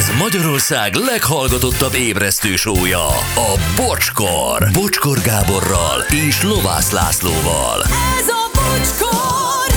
Ez Magyarország leghallgatottabb ébresztő show-ja, a Bocskor. Bocskor Gáborral és Lovász Lászlóval. Ez a Bocskor!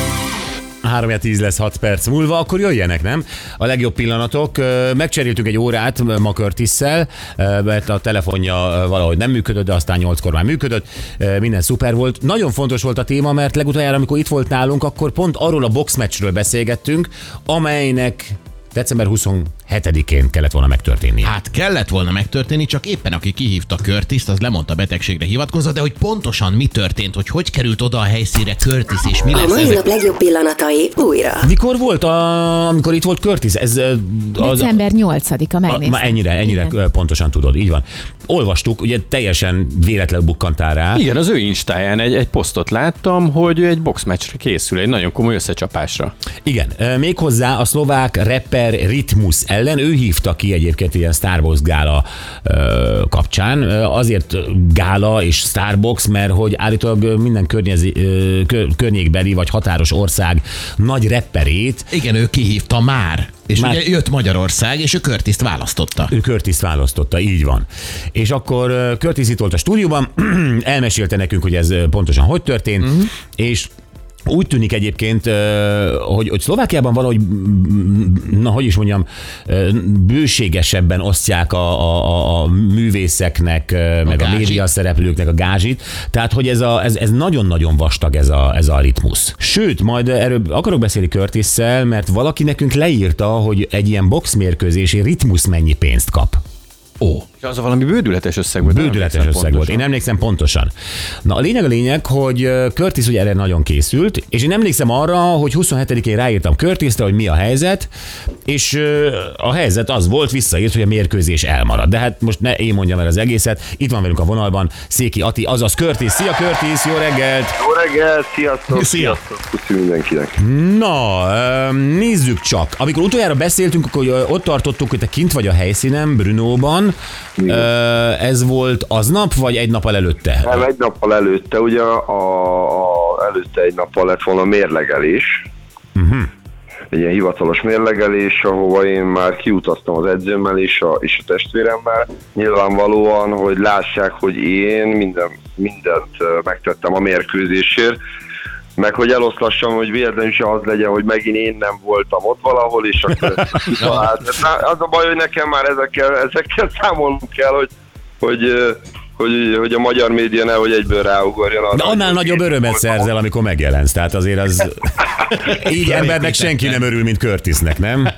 3-10 lesz 6 perc múlva, akkor jöjjenek, nem? A legjobb pillanatok. Megcseréltünk egy órát ma Curtisszel, mert a telefonja valahogy nem működött, de aztán 8-kor már működött. Minden szuper volt. Nagyon fontos volt a téma, mert legutoljára, amikor itt volt nálunk, akkor pont arról a boxmeccsről beszélgettünk, amelynek december 27-én kellett volna megtörténni. Hát kellett volna megtörténni, csak éppen aki kihívta Curtist, az lemondta betegségre hivatkozva, de hogy pontosan mi történt, hogy került oda a helyszínre Curtis, és mi lesz A mai ezek? nap legjobb pillanatai újra. Mikor volt, amikor itt volt Curtis? December 8-a, megnéztem. Ma ennyire Igen. pontosan tudod, így van. Olvastuk, ugye teljesen véletlenül bukkantál rá. Igen, az ő Instáján egy posztot láttam, hogy egy boxmeccsre készül, egy nagyon komoly összecsapásra. Igen, méghozzá a szlovák rapper Ritmus ellen, ő hívta ki egyébként ilyen Starbucks gála kapcsán, azért gála és Starbucks, mert hogy állítólag minden környékbeli vagy határos ország nagy rapperét. Igen, ő kihívta már. És Már... ugye jött Magyarország, és ő Curtist választotta. Ő Curtist választotta, így van. És akkor Curtis itt volt a stúdióban, elmesélte nekünk, hogy ez pontosan hogy történt, és úgy tűnik egyébként, hogy Szlovákiában valahogy, hogy is mondjam, bőségesebben osztják a művészeknek, meg a média szereplőknek a gázsit. Tehát, hogy ez nagyon-nagyon vastag ez a ritmus. Sőt, majd erről akarok beszélni Curtisszel, mert valaki nekünk leírta, hogy egy ilyen boxmérkőzési ritmus mennyi pénzt kap. Ó, az valami bődületes összeg volt. Bődületes összeg volt. Én emlékszem pontosan. Na a lényeg, hogy Curtis ugye erre nagyon készült, és én emlékszem arra, hogy 27-én ráírtam Curtisre, hogy mi a helyzet, és a helyzet az volt, visszaírt, hogy a mérkőzés elmarad. De hát most ne én mondjam el az egészet. Itt van velünk a vonalban Széki Ati, azaz Curtis. Szia Curtis, jó reggelt! Jó reggelt, sziasztok! Szia! Köszönöm mindenkinek. Na, nézzük csak. Amikor utoljára beszéltünk, akkor ott tartottuk, hogy te kint vagy a helyszínen, Brnóban. Ez volt aznap, vagy egy nappal előtte? Nem, egy nappal előtte, ugye előtte egy nappal lett volna mérlegelés. Egy ilyen hivatalos mérlegelés, ahova én már kiutaztam az edzőmmel és a testvéremmel. Nyilvánvalóan, hogy lássák, hogy én mindent megtettem a mérkőzésért, meg hogy eloszlassam, hogy véletlenül se az legyen, hogy megint én nem voltam ott valahol, és akkor az a baj, hogy nekem már ezekkel számolnunk kell, hogy a magyar média nehogy egyből ráugorjon. De annál nagyobb örömet szerzel, amikor megjelensz, tehát azért az így embernek senki nem örül, mint Curtisnek, nem?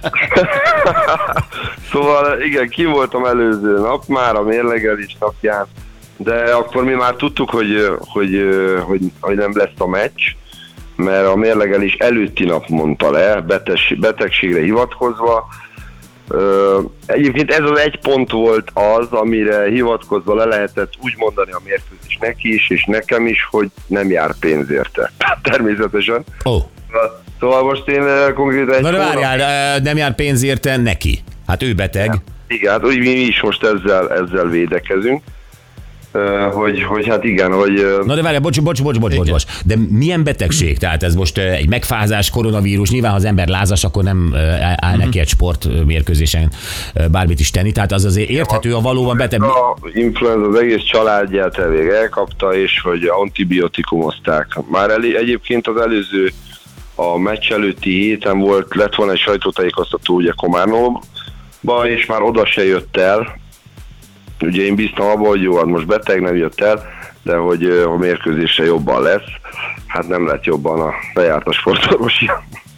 Szóval igen, ki voltam előző nap, már a mérlegelés napján, de akkor mi már tudtuk, hogy nem lesz a meccs, mert a mérlegelés előtti nap mondta le, betegségre hivatkozva. Egyébként ez az egy pont volt az, amire hivatkozva le lehetett úgy mondani a mérkőzés neki is, és nekem is, hogy nem jár pénz érte. Természetesen. Oh. Szóval most én konkrétan... Na de várjál, nem jár pénz érte neki. Hát ő beteg. Igen, hát úgy mi is most ezzel védekezünk. Hogy hát igen, hogy... Na de várjál, bocs. De milyen betegség? Tehát ez most egy megfázás, koronavírus, nyilván ha az ember lázas, akkor nem áll neki egy sportmérkőzésen bármit is tenni, tehát az azért érthető, a valóban beteg... A influenza az egész családját elég elkapta, és hogy antibiotikumozták. Már egyébként az előző, a meccs előtti héten lett volna egy sajtótájékoztató ugye Komárnóban, és már oda se jött el. Ugye én bíztam abban, hogy jó, hát most beteg, nem jött el, de hogy a mérkőzésre jobban lesz. Hát nem lett jobban, a bejárt a sportorvosi.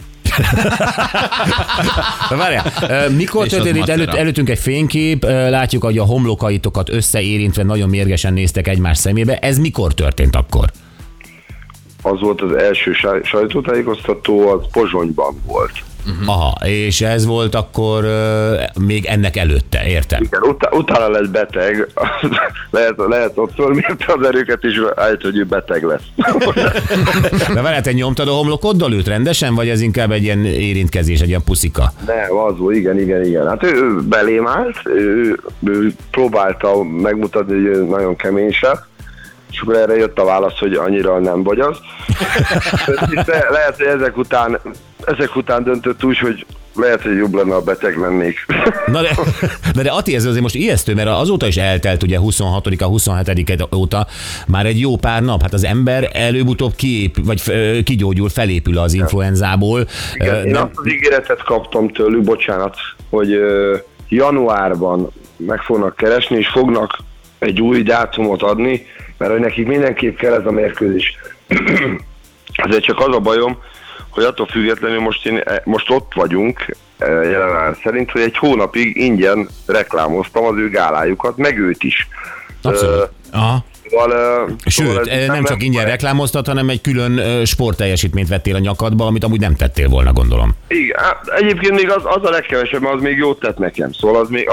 Várjál, mikor történt itt előttünk egy fénykép, látjuk, hogy a homlokaitokat összeérintve nagyon mérgesen néztek egymás szemébe. Ez mikor történt akkor? Az volt az első sajtótájékoztató, az Pozsonyban volt. Aha, és ez volt akkor még ennek előtte, értem? Igen, utána lett beteg, lehet ott fölmérte az erőket, és állít, hogy ő beteg lesz. De várjál, te nyomtad a homlokoddal őt rendesen, vagy ez inkább egy ilyen érintkezés, egy ilyen puszika? Nem, az volt, igen. Hát ő belém állt, ő próbálta megmutatni, hogy ő nagyon kemény srác, és akkor erre jött a válasz, hogy annyira nem vagy az. Lehet, hogy ezek után döntött úgy, hogy Lehet, hogy jobb lenne, ha beteg lennék. De Ati, ez azért most ijesztő, mert azóta is eltelt ugye 26-a, 27 óta már egy jó pár nap. Hát az ember előbb-utóbb kigyógyul, felépül az influenzából. Igen, én azt az ígéretet kaptam tőlük, bocsánat, hogy januárban meg fognak keresni, és fognak egy új dátumot adni, mert hogy nekik mindenképp kell ez a mérkőzés. Ezért csak az a bajom, hogy attól függetlenül most ott vagyunk, jelen szerint, hogy egy hónapig ingyen reklámoztam az ő gálájukat, meg őt is. Abszolút. Sőt, nem csak ingyen baj. reklámoztat, hanem egy külön sportteljesítményt vettél a nyakadba, amit amúgy nem tettél volna, gondolom. Igen, egyébként még az a legkevesebb, mert az még jót tett nekem. Szóval az még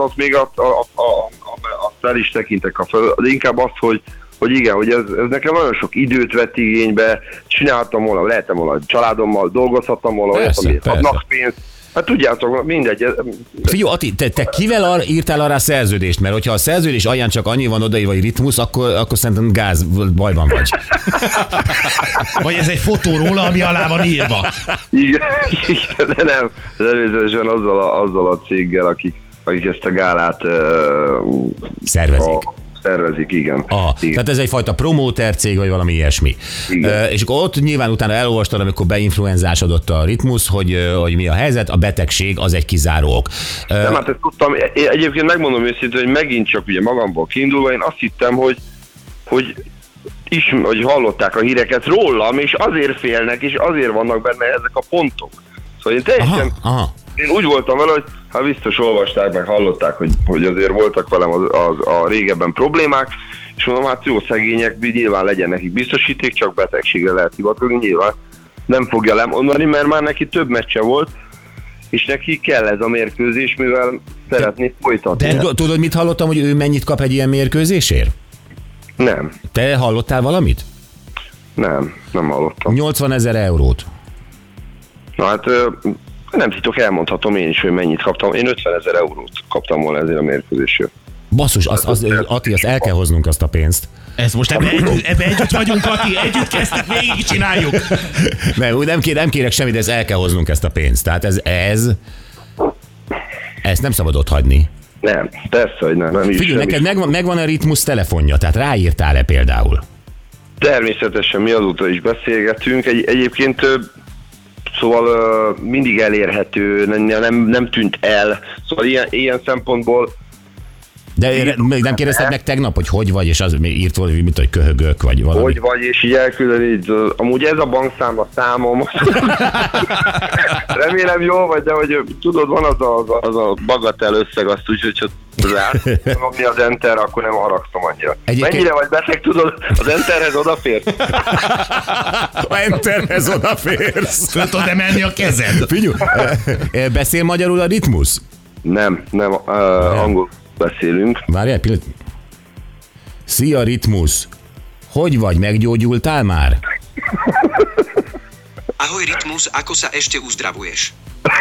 fel is tekintek de inkább az, hogy igen, hogy ez nekem nagyon sok időt vett igénybe, csináltam volna, lehetem volna a családommal, dolgozhattam volna, adnak pénzt. Hát tudjátok, mindegy. Figyelj, Ati, te kivel írtál arra a szerződést? Mert hogyha a szerződés alján csak annyi van odaírva, vagy ritmus, akkor szerintem bajban vagy. Vagy ez egy fotó róla, ami alá van írva. Igen, de nem. Természetesen azzal a céggel, akik ezt a gálát szervezik, igen. Igen. Tehát ez egyfajta promóter cég, vagy valami ilyesmi. És akkor ott nyilván utána elolvastad, amikor beinfluenzásodott a ritmus, hogy mi a helyzet, a betegség az egy kizáró ok. Nem, hát ezt tudtam. Én egyébként megmondom őszintén, hogy megint csak ugye magamból kiindulva, én azt hittem, hogy hallották a híreket rólam, és azért félnek, és azért vannak benne ezek a pontok. Szóval én teljesen... Én úgy voltam vele, hogy hát biztos olvasták, meg hallották, hogy azért voltak velem a régebben problémák, és mondom, hát jó szegények, nyilván legyen nekik biztosíték, csak betegségre lehet hivatkozni, nyilván nem fogja lemondani, mert már neki több meccse volt, és neki kell ez a mérkőzés, mivel szeretné folytatni. De tudod, mit hallottam, hogy ő mennyit kap egy ilyen mérkőzésért? Nem. Te hallottál valamit? Nem hallottam. 80 000 eurót. Na hát... Nem titok, elmondhatom én is, hogy mennyit kaptam. Én 50 000 eurót kaptam volna ezért a mérkőzésről. Basszus, Ati, azt el kell hoznunk azt a pénzt. Ez most ebbe együtt vagyunk, Ati, együtt kezdtek, végig csináljuk. Nem kérek semmit, de el kell hoznunk ezt a pénzt. Tehát ezt nem szabad ott hagyni. Nem, persze, hogy nem. Figyelj, neked megvan a ritmus telefonja, tehát ráírtál-e például? Természetesen mi azóta is beszélgetünk. Egyébként szóval mindig elérhető, nem tűnt el. Szóval ilyen szempontból... De nem kérdezted meg tegnap, hogy vagy, és az írt volna, mint hogy köhögök, vagy valami. Hogy vagy, és így elküldeni, amúgy ez a bankszám a számom. Remélem jól vagy, de hogy tudod, van az a bagatel összeg, azt úgy, hogy csak mi az enter, akkor nem haragszom annyira. Mennyire vagy beteg, tudod, az enterhez odaférsz? A enterhez odaférsz. Föl tudod emelni a kezed? Figyelj, beszél magyarul a ritmus? Nem, angol beszélünk. Várjál egy pillanat. Szia, ritmus! Hogy vagy, meggyógyultál már? Ahoj, ritmus, ako sa ešte uzdravuješ?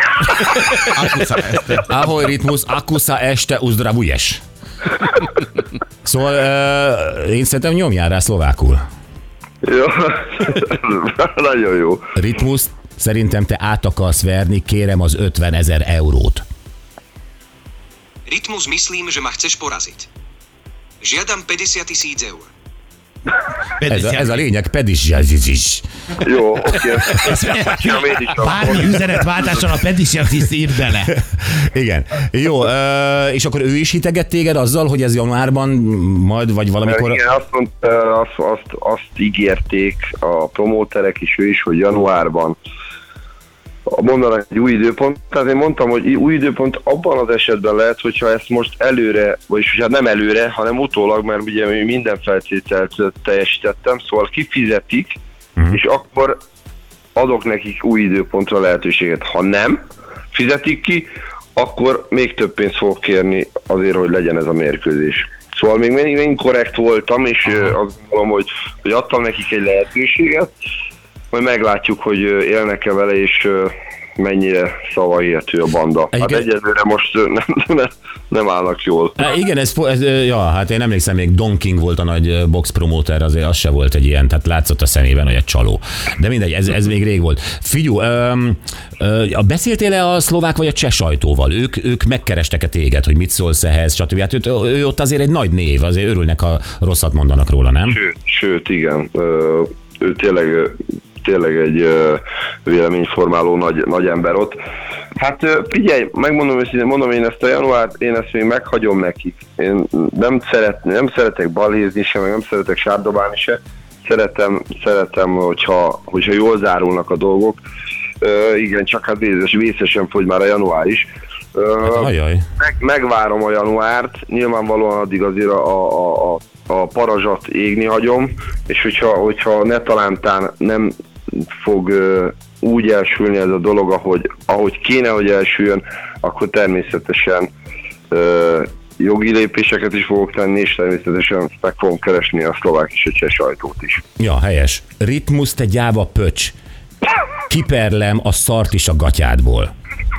Ahoj, ritmus, ako sa ešte uzdravuješ? Szóval én szerintem nyomjál rá szlovákul. Jó, nagyon jó. Ritmus, szerintem te át akarsz verni, kérem az 50 000 eurót. Ritmus, myslím, že ma chceš poraziť. Žiadam 50 000 eur. Ez a lényeg, pedis. Jó, oké. Bármi üzenetváltással a pedisjaktiszt írt bele. Igen. Jó, és akkor ő is hiteget téged azzal, hogy ez januárban majd, vagy valamikor... Igen, azt ígérték a promóterek is, ő is, hogy januárban mondanak egy új időpont. Tehát én mondtam, hogy új időpont abban az esetben lehet, hogyha ezt most előre, vagyis hát nem előre, hanem utólag, mert ugye minden feltételt teljesítettem, szóval kifizetik, és akkor adok nekik új időpontra lehetőséget. Ha nem fizetik ki, akkor még több pénzt fogok kérni azért, hogy legyen ez a mérkőzés. Szóval még mindig korrekt voltam, és azt gondolom, hogy adtam nekik egy lehetőséget, majd meglátjuk, hogy élnek-e vele, és mennyire szavahihető a banda. Hát egyelőre most nem állnak jól. Igen, hát én emlékszem, még Don King volt a nagy box promóter, azért az se volt egy ilyen, tehát látszott a szemében, hogy egy csaló. De mindegy, ez még rég volt. Figyú, beszéltél-e a szlovák vagy a cseh sajtóval? Ők megkerestek-e téged, hogy mit szólsz ehhez, stb. Hát ő ott azért egy nagy név, azért örülnek, ha rosszat mondanak róla, nem? Sőt igen. Ő tényleg egy véleményformáló nagy ember ott. Hát figyelj, megmondom őszintén, mondom én ezt a januárt, én ezt még meghagyom nekik. Én nem szeretek balhézni se, meg nem szeretek sárdobálni se. Szeretem, hogyha jól zárulnak a dolgok. Igen, csak hát vészesen fogy már a január is. Megvárom a januárt, nyilvánvalóan addig azért a parazsat égni hagyom, és hogyha ne talántán nem fog úgy elsülni ez a dolog, ahogy kéne, hogy elsüljön, akkor természetesen jogi lépéseket is fogok tenni, és természetesen meg fogom keresni a szlovák és a cseh sajtót is. Ja, helyes. Ritmus, te gyáva pöcs. Kiperlem a szart is a gatyádból.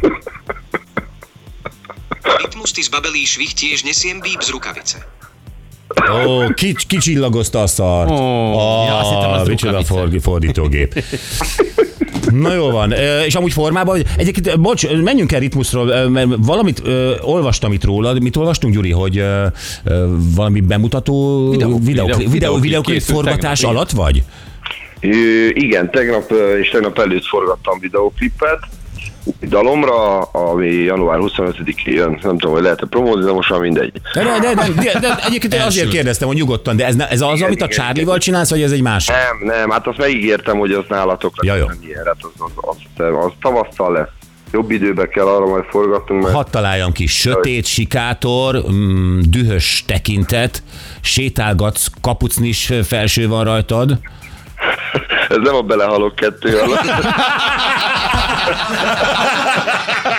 Rytmus ty zbabelý švih tiež nesiem bíb z rukavice. Kicsillagozta a szart. Micsoda fordítógép. Na jó van, és amúgy formában, egyébként, bocs, menjünk el Ritmusról, mert valamit olvastam itt rólad, mit olvastunk, Gyuri, hogy valami bemutató videóklip forgatás alatt vagy? Igen, tegnap előtt forgattam videóklipet, dalomra, ami január 25-én jön, nem tudom, hogy lehet-e promózni, de most már mindegy. De egyébként azért kérdeztem, hogy nyugodtan, de ez az, amit a Charlie-val csinálsz, vagy ez egy másik? Nem, hát azt megígértem, hogy az nálatok lesz, nem ilyen, hát az tavasszal lesz. Jobb időbe kell arra majd forgatnunk. Mert... Hadd találjam ki, sötét, sikátor, dühös tekintet, sétálgatsz, kapucnis felső van rajtad. Ez nem a Belehalok 2 alatt.